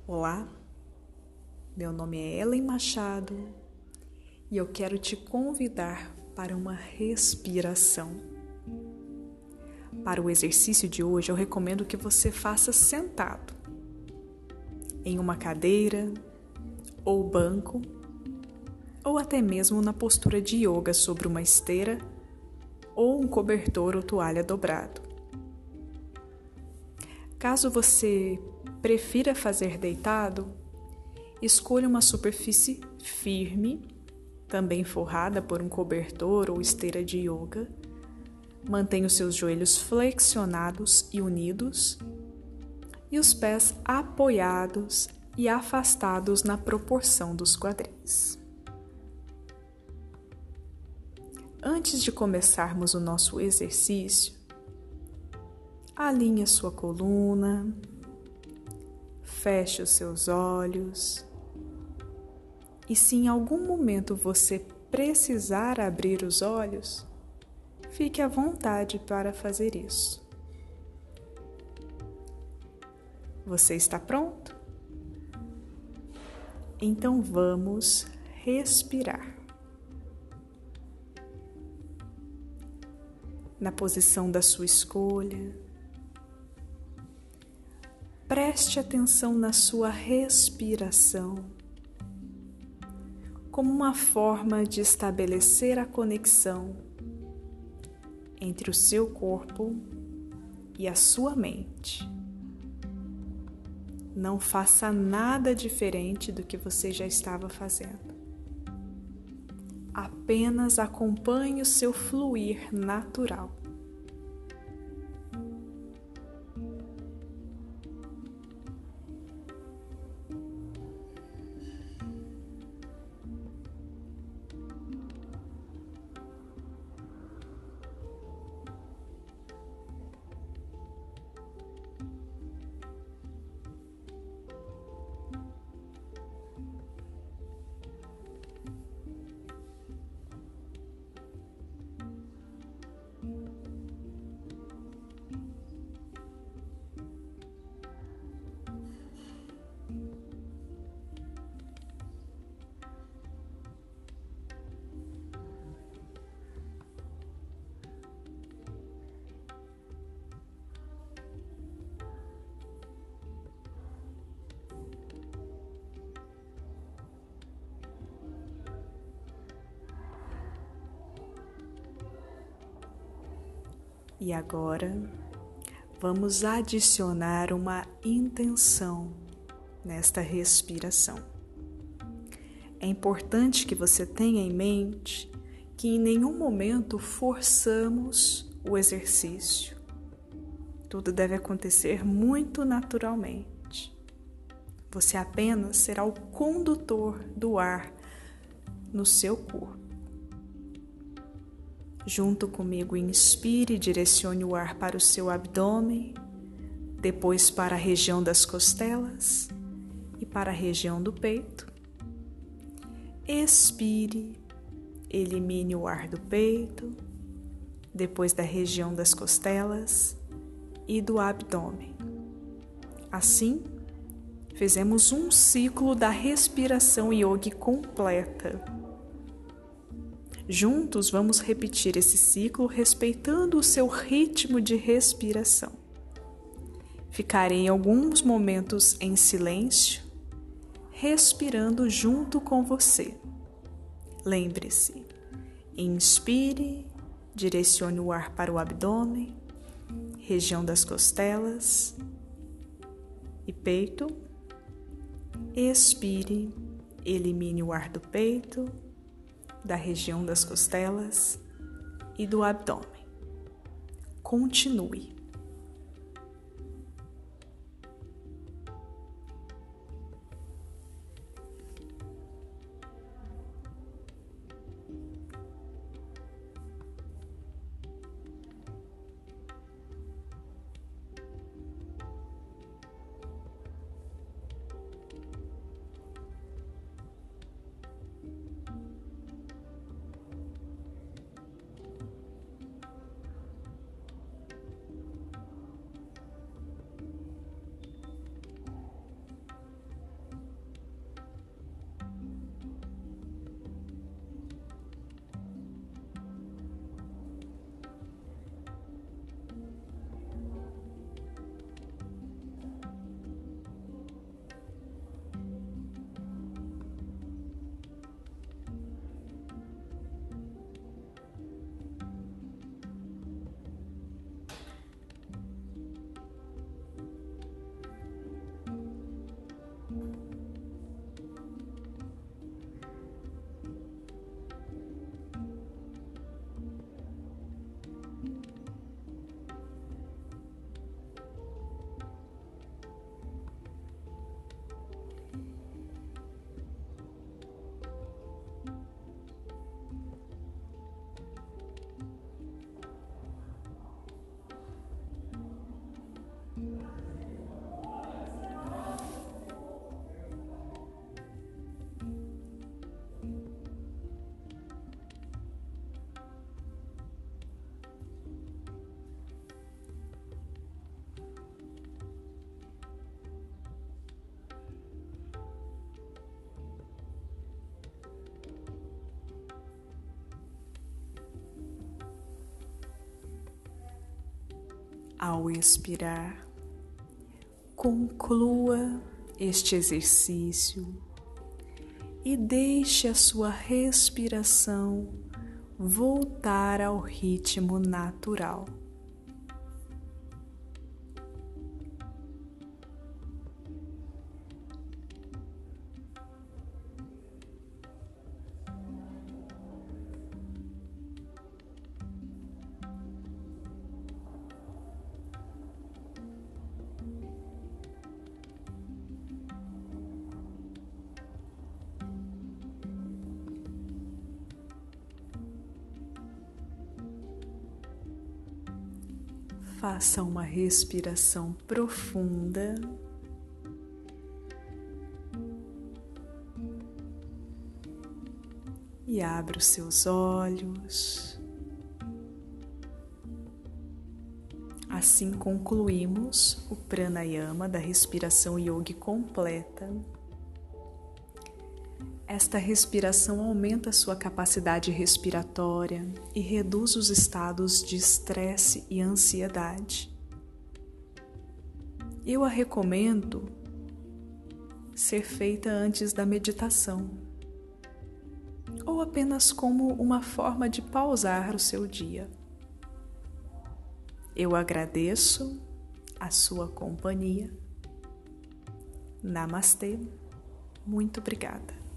Olá, meu nome é Ellen Machado e eu quero te convidar para uma respiração. Para o exercício de hoje, eu recomendo que você faça sentado, em uma cadeira ou banco, ou até mesmo na postura de yoga sobre uma esteira ou um cobertor ou toalha dobrado. Caso você prefira fazer deitado, escolha uma superfície firme, também forrada por um cobertor ou esteira de yoga. Mantenha os seus joelhos flexionados e unidos e os pés apoiados e afastados na proporção dos quadris. Antes de começarmos o nosso exercício, alinhe a sua coluna, feche os seus olhos e se em algum momento você precisar abrir os olhos, fique à vontade para fazer isso. Você está pronto? Então vamos respirar. Na posição da sua escolha, preste atenção na sua respiração, como uma forma de estabelecer a conexão entre o seu corpo e a sua mente. Não faça nada diferente do que você já estava fazendo. Apenas acompanhe o seu fluir natural. E agora, vamos adicionar uma intenção nesta respiração. É importante que você tenha em mente que em nenhum momento forçamos o exercício. Tudo deve acontecer muito naturalmente. Você apenas será o condutor do ar no seu corpo. Junto comigo, inspire e direcione o ar para o seu abdômen, depois para a região das costelas e para a região do peito. Expire, elimine o ar do peito, depois da região das costelas e do abdômen. Assim, fizemos um ciclo da respiração yoga completa. Juntos vamos repetir esse ciclo respeitando o seu ritmo de respiração. Ficarei alguns momentos em silêncio, respirando junto com você. Lembre-se, inspire, direcione o ar para o abdômen, região das costelas e peito. Expire, elimine o ar do peito, da região das costelas e do abdômen. Continue. ao expirar. Conclua este exercício e deixe a sua respiração voltar ao ritmo natural. Faça uma respiração profunda e abra os seus olhos. Assim concluímos o pranayama da respiração yogi completa. Esta respiração aumenta sua capacidade respiratória e reduz os estados de estresse e ansiedade. Eu a recomendo ser feita antes da meditação, ou apenas como uma forma de pausar o seu dia. Eu agradeço a sua companhia. Namastê. Muito obrigada.